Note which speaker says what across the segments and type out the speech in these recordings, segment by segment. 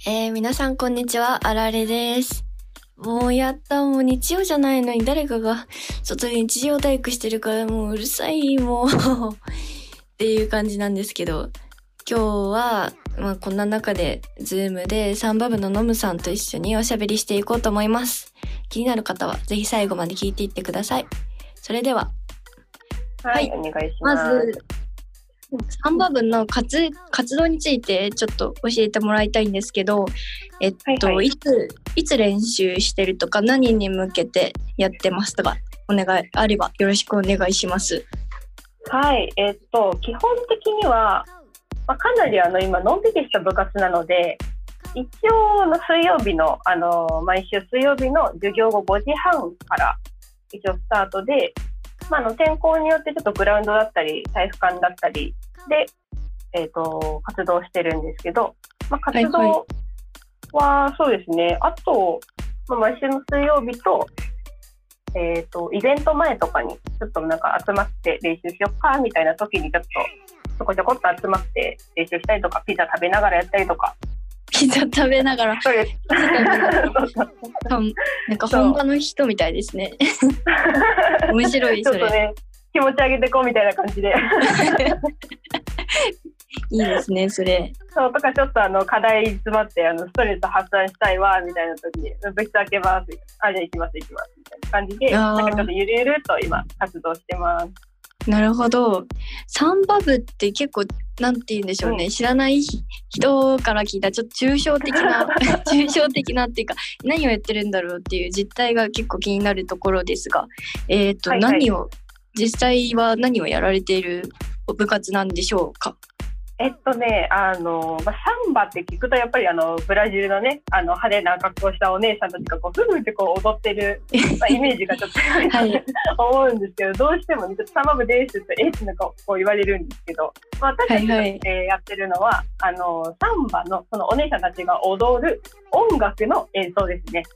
Speaker 1: 皆さんこんにちは、あられです。もうやった、もう日曜じゃないのに誰かが外で日曜大工してるからもううるさい、もうっていう感じなんですけど、今日は、こんな中でズームでサンバ部のノムさんと一緒におしゃべりしていこうと思います。気になる方はぜひ最後まで聞いていってください。それでは。
Speaker 2: はい、お願いします。
Speaker 1: まず、サンバ部の活動についてちょっと教えてもらいたいんですけど、いつ練習してるとか何に向けてやってますとかあればよろしくお願いします。
Speaker 2: はい、基本的には、かなり今のんびりした部活なので、一応の水曜日の毎週水曜日の授業後5時半から一応スタートで、天候によってちょっとグラウンドだったり体育館だったりで、活動してるんですけど、活動はそうですね、あと、毎週の水曜日と、イベント前とかにちょっとなんか集まって練習しよっかみたいな時にちょっとちょこちょこっと集まって練習したりとか、ピザ食べながらやったりとか。
Speaker 1: ピザ食べながら
Speaker 2: そうです。
Speaker 1: なんか本場の人みたいですね。面白い、それ。
Speaker 2: ちょっとね、気持ち上げてこうみたいな感じで。
Speaker 1: いいですね、それ。
Speaker 2: そうとか、ちょっと課題詰まってストレス発散したいわみたいな時に部室開けます。じゃあ行きますみたいな感じで、なんかちょっとゆるゆると今活動してます。
Speaker 1: なるほど。サンバ部って結構なんて言うんでしょうね、知らない人から聞いたちょっと抽象的なっていうか、何をやってるんだろうっていう実態が結構気になるところですが、実際は何をやられている部活なんでしょうか？
Speaker 2: サンバって聞くとやっぱりブラジルのね、派手な格好をしたお姉さんたちがフフって踊ってる、イメージがちょっとはい、思うんですけど、どうしてもね、ちょっとサンバ部ですってなんかこう言われるんですけど、私たちが、やってるのはサンバのそのお姉さんたちが踊る音楽の演奏ですね。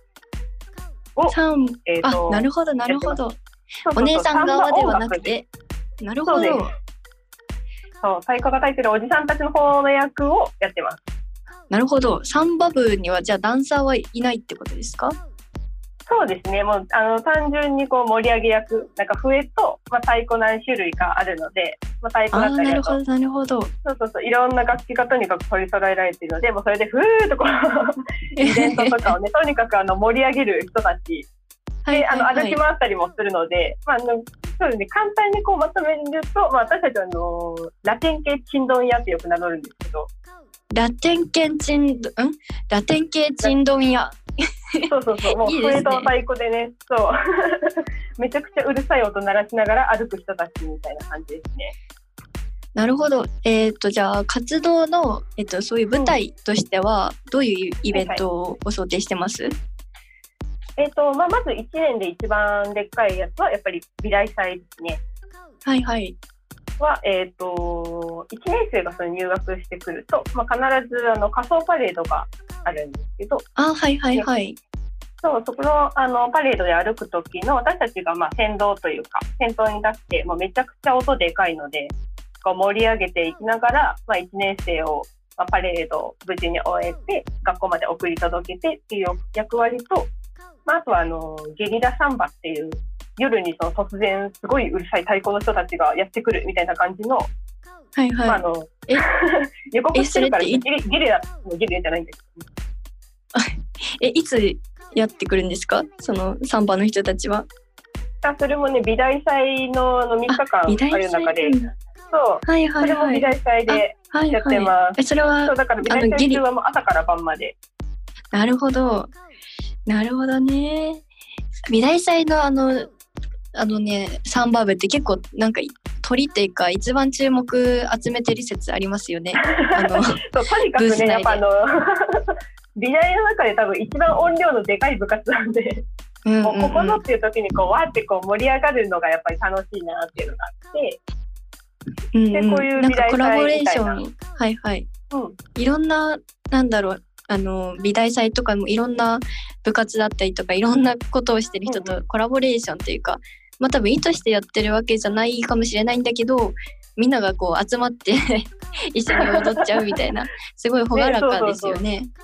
Speaker 1: なるほどなるほど。お姉さん側ではなくて、なるほど。
Speaker 2: そう、太鼓が叩いてるおじさんたちの方の役をやってます。
Speaker 1: なるほど。サンバ部にはじゃあダンサーはいないってことですか？
Speaker 2: そうですね。もう単純にこう盛り上げ役、なんか笛と、太鼓何種類かあるので、太鼓だったりだと、
Speaker 1: なるほど。
Speaker 2: そういろんな楽器がとにかく取り揃えられているので、もうそれでふーっとこうイベントとかをね、とにかく盛り上げる人たちで、歩き回ったりもするので、そうですね、簡単にこうまとめると、私たちはラテン系チンドン屋ってよく名乗るんですけど、
Speaker 1: ラテン系チンドン屋
Speaker 2: そうもう笛と太鼓でね、そうめちゃくちゃうるさい音鳴らしながら歩く人たちみたいな感じですね。
Speaker 1: なるほど。じゃあ活動の、そういう舞台としてはどういうイベントをご想定してます？
Speaker 2: まず1年で一番でっかいやつはやっぱり美大祭ですね。
Speaker 1: はいはい。
Speaker 2: は、1年生がそれ入学してくると、必ず仮装パレードがあるんですけど、
Speaker 1: はいはいはい。
Speaker 2: そこのパレードで歩く時の私たちが先導というか先頭に出して、めちゃくちゃ音でかいのでこう盛り上げていきながら、1年生をパレードを無事に終えて学校まで送り届けてっていう役割と、あとはゲリラサンバっていう夜に突然すごいうるさい太鼓の人たちがやってくるみたいな感じの、
Speaker 1: はいはい、
Speaker 2: 予告してるからゲリラじゃないんです
Speaker 1: けど、いつやってくるんですか、そのサンバの人たちは？
Speaker 2: それもね、美大祭の3日間ある中で、そう、それも美大祭でやってます。
Speaker 1: それは
Speaker 2: そうだから美大祭中はもう朝から晩まで。
Speaker 1: なるほどね。美大祭のサンバ部って結構なんか鳥っていうか一番注目集めてる説ありますよね。
Speaker 2: そうとにかくね、やっぱ美大の中で多分一番音量のでかい部活なんで、もうここぞっていう時にこうわーってこう盛り上がるのがやっぱり楽しいなっていうのがあって、でこういう美大祭みたいな、なんかコラボレーション、はいはい、いろんな
Speaker 1: 美大祭とかもいろんな部活だったりとかいろんなことをしてる人とコラボレーションというか、多分意図してやってるわけじゃないかもしれないんだけど、みんながこう集まって一緒に踊っちゃうみたいな、すごい朗らかですよね。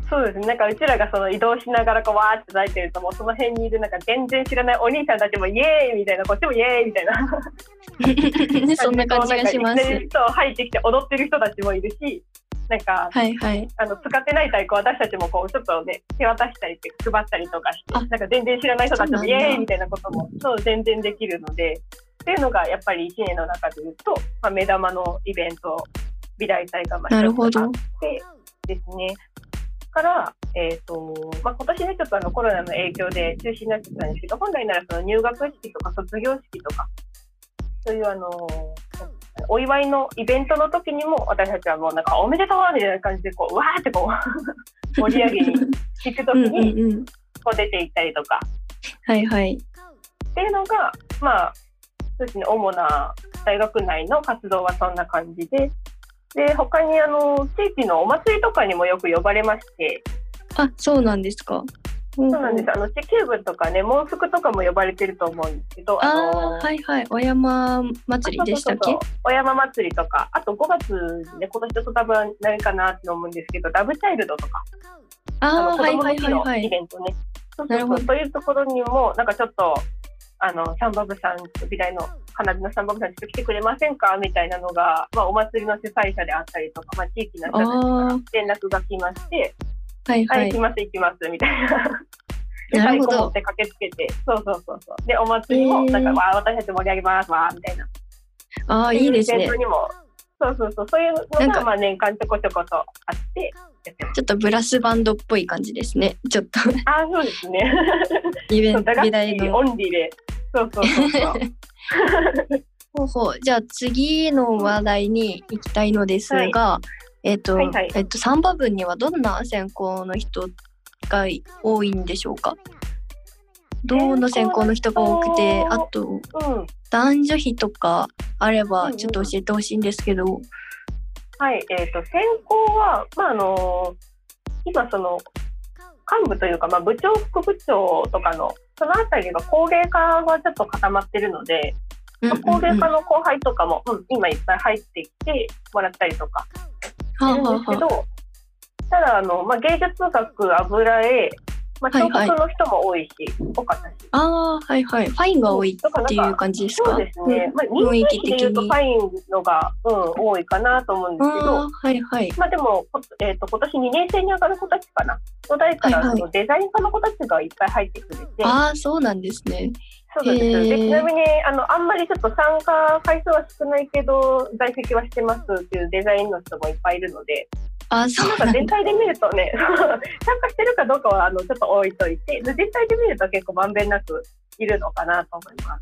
Speaker 2: そうですね。なんかうちらがその移動しながらこうわーって泣いてると、もうその辺にいるなんか全然知らないお兄さんたちもイエーイみたいな、こっちもイエーイみたいな
Speaker 1: そんな感じがします。
Speaker 2: そう入ってきて踊ってる人たちもいるし、なんか、
Speaker 1: はいはい。
Speaker 2: 使ってない太鼓私たちもこうちょっとね手渡したりって配ったりとかして、なんか全然知らない人たちもイエーイみたいなこともそう全然できるので、っていうのがやっぱり1年の中でいうと、目玉のイベント美大祭が一つあってですね。から、今年ねちょっとコロナの影響で中止になってたんですけど、本来ならその入学式とか卒業式とかそういうお祝いのイベントの時にも私たちはもうなんかおめでとうみたいな感じでこうわーってこう盛り上げに行く時にこう出て行ったりとか
Speaker 1: はいはい
Speaker 2: っていうのがそうですね、主な大学内の活動はそんな感じで、他に地域のお祭りとかにもよく呼ばれまして。
Speaker 1: あ、そうなんですか。
Speaker 2: そうなんです。地球部とかね、モンスクとかも呼ばれてると思うんですけど、
Speaker 1: はいはい、お山祭りでしたっけ？
Speaker 2: そうお山祭りとか、あと5月にね、今年ちょっと多分何かなって思うんですけど、ラブチャイルドとか、子供の日のイベントね、そういうところにもなんかちょっとサンバ部さん、美大の花火のサンバ部さんちょっと来てくれませんかみたいなのが、お祭りの主催者であったりとか、地域の人たちから連絡が来まして、はい行きますみたいな。で、太鼓持って駆けつけて、そう。で、お祭りも、なんか、私たち盛り上げますみたいな。
Speaker 1: いいですね。
Speaker 2: そういうのが、年間ちょこちょことあって、
Speaker 1: ちょっとブラスバンドっぽい感じですね。ちょっと。
Speaker 2: そうですね。
Speaker 1: イベント、美大の。
Speaker 2: オンリーで。そう
Speaker 1: ほう。じゃあ次の話題に行きたいのですが、サンバ部にはどんな専攻の人が多いんでしょうか？どの専攻の人が多くて、あと、男女比とかあればちょっと教えてほしいんですけど。
Speaker 2: はい、専攻は、今その幹部というか、部長副部長とかのそのあたりが工芸家はちょっと固まってるので、工芸家の後輩とかも、今いっぱい入ってきてもらったりとかしてるんですけど、ただ芸術学油絵、彫刻の人も多いし、多かったし。
Speaker 1: ファインが多いっていう感じですか？
Speaker 2: そうですね。人数比で言うとファインのが、多いかなと思うんですけど、でも、今年2年生に上がる子たちかなの代からデザイン科の子たちがいっぱい入ってくれて。
Speaker 1: そうなんですね。
Speaker 2: そうです。で、ちなみにあんまりちょっと参加回数は少ないけど在籍はしてますっていうデザインの人もいっぱいいるので。
Speaker 1: そうなんだ。
Speaker 2: 全体で見るとね参加してるかどうかはちょっと置いといて、全体で見ると結構まんべんなくいるのかなと思います。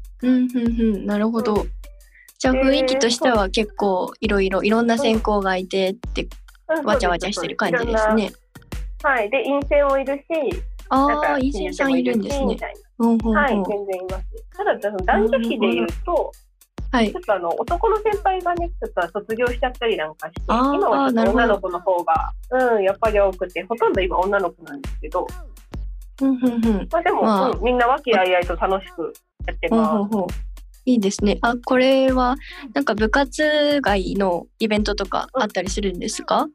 Speaker 1: なるほど。じゃあ雰囲気としては結構いろんな専攻がいてってわちゃわちゃしてる感じですね。
Speaker 2: はい。で陰性もいるし、
Speaker 1: 陰性さんいるんですね。
Speaker 2: はい、全然います。ただ男女比でいうと、ちょっと男の先輩がね、ちょっと卒業しちゃったりなんかして、今はちょっと女の子の方が、やっぱり多くて、ほとんど今女の子なんですけど、でも、みんな和気あいあいと楽しくやってます。
Speaker 1: いいですね。これはなんか部活外のイベントとかあったりするんですか？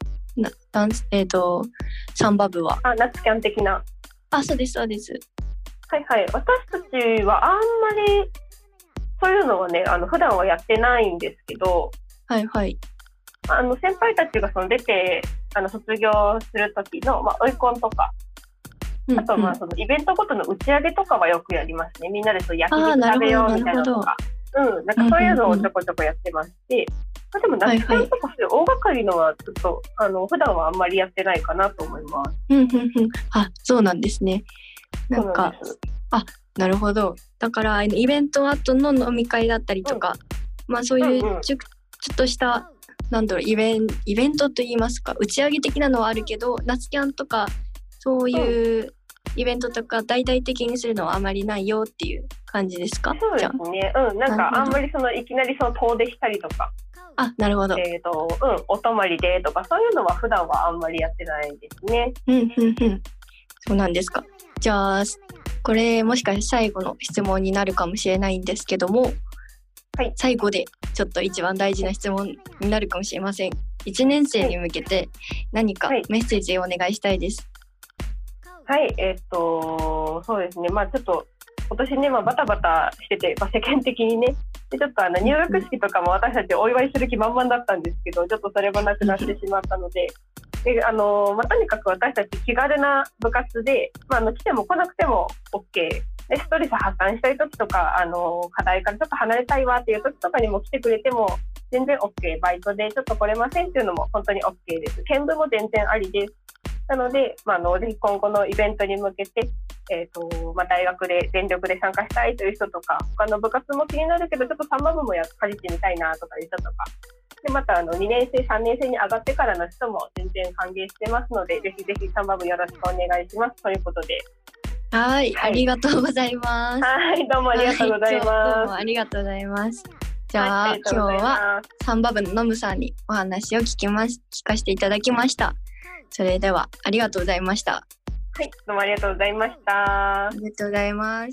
Speaker 1: サンバ部は。
Speaker 2: 夏キャン的な。
Speaker 1: そうです。
Speaker 2: はい。私たちはあんまりそういうのはね、普段はやってないんですけど、先輩たちが出て卒業する時の追い込んとか、あとそのイベントごとの打ち上げとかはよくやりますね。みんなで焼肉食べようみたいなのとか、なんかそういうのをちょこちょこやってまして、でも夏キャンとかそういう大掛かりのはちょっと普段はあんまりやってないかなと思います。
Speaker 1: そうなんですね。なんかなるほど。だからイベント後の飲み会だったりとか、そういうちょっとしたイベントといいますか、打ち上げ的なのはあるけど、夏キャンとかそういうイベントとか大々的にするのはあまりないよっていう感じですか？
Speaker 2: そうですね。なんかあんまりいきなり遠出したりとか、
Speaker 1: なるほど。
Speaker 2: お泊まりでとかそういうのは普段はあんまりやってないですね。
Speaker 1: そうなんですか。じゃあこれもしかして最後の質問になるかもしれないんですけども、最後でちょっと一番大事な質問になるかもしれません。1年生に向けて何かメッセージをお願いしたいです。
Speaker 2: はい、そうですね。ちょっと今年ね、バタバタしてて、世間的にね、でちょっと入学式とかも私たちお祝いする気満々だったんですけど、ちょっとそれもなくなってしまったので、とにかく私たち気軽な部活で、来ても来なくても OK で、ストレス発散したい時とか、課題からちょっと離れたいわっていう時とかにも来てくれても全然 OK。 バイトでちょっと来れませんっていうのも本当に OK です。見舞も全然ありです。なので、ぜひ今後のイベントに向けて、大学で全力で参加したいという人とか、他の部活も気になるけどちょっとサンバ部もかじってみたいなとかいう人とかで、また2年生3年生に上がってからの人も全然歓迎してますので、ぜひぜひサンバ部よろしくお願いしますということで。
Speaker 1: はい、ありがとうございます。
Speaker 2: はい、どうもありがとうございます。
Speaker 1: どうもありがとうございます。じゃあ、今日はサンバ部のノムさんにお話を聞かせていただきました。それではありがとうございました。
Speaker 2: はい、どうもありがとうございました。
Speaker 1: ありがとうございます。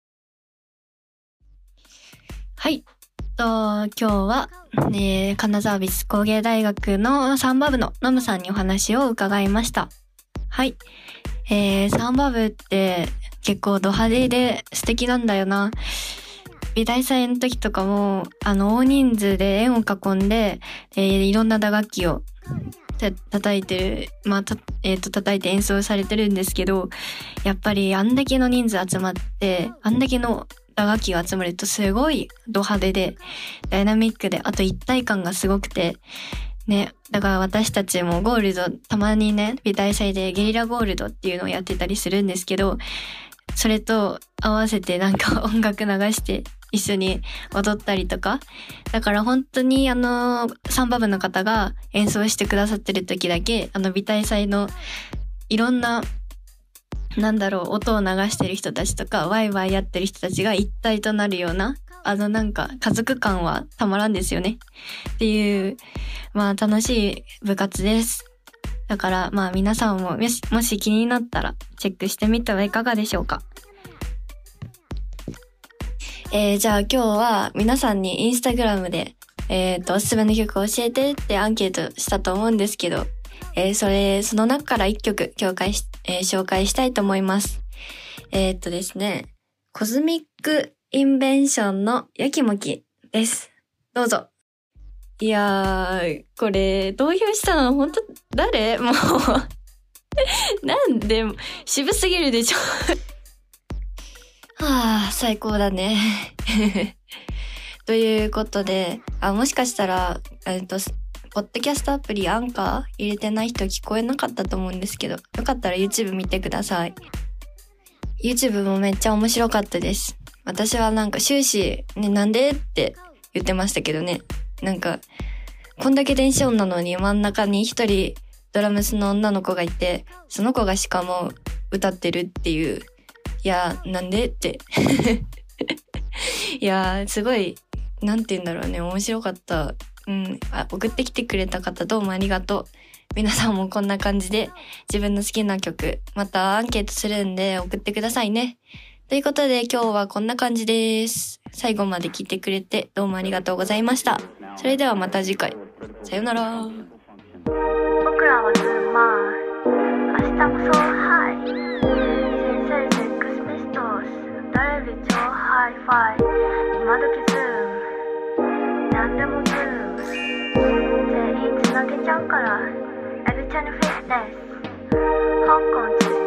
Speaker 1: はい、今日は、金沢美術工芸大学のサンバ部のノムさんにお話を伺いました。はい、サンバ部って結構ド派手で素敵なんだよな。美大祭の時とかも大人数で円を囲んで、いろんな打楽器を叩いてる、叩いて演奏されてるんですけど、やっぱりあんだけの人数集まってあんだけの打楽器が集まるとすごいド派手でダイナミックで、あと一体感がすごくてね、だから私たちもゴールドたまにね、美大祭でゲリラゴールドっていうのをやってたりするんですけど、それと合わせてなんか音楽流して一緒に踊ったりとか、だから本当にサンバ部の方が演奏してくださってる時だけ美大祭のいろんな音を流してる人たちとかワイワイやってる人たちが一体となるようななんか家族感はたまらんですよねっていう楽しい部活です。だから皆さんももし気になったらチェックしてみてはいかがでしょうか。じゃあ今日は皆さんにインスタグラムでおすすめの曲を教えてってアンケートしたと思うんですけど、その中から1曲紹介したいと思います。ですね、コズミックインベンションのやきもきです。どうぞ。いやー、これ投票したの本当誰？もうなんで渋すぎるでしょはあ、最高だねということで、もしかしたらポッドキャストアプリアンカー入れてない人聞こえなかったと思うんですけど、よかったら YouTube 見てください。YouTube もめっちゃ面白かったです。私はなんか終始、ね、なんでって言ってましたけどね。なんか、こんだけ電子音なのに真ん中に一人ドラムスの女の子がいて、その子がしかも歌ってるっていう。いや、なんでっていや、すごい、なんて言うんだろうね、面白かった。送ってきてくれた方どうもありがとう。皆さんもこんな感じで自分の好きな曲、またアンケートするんで送ってくださいね。ということで今日はこんな感じです。最後まで聞いてくれてどうもありがとうございました。それではまた次回。さよなら。僕らはズーマー。明日もそうハイ。先生セックスピストルス。誰より超ハイファイ。今時ズーム。何でもズーム。全員つなげちゃうから。エルチャヌフィットネス。香港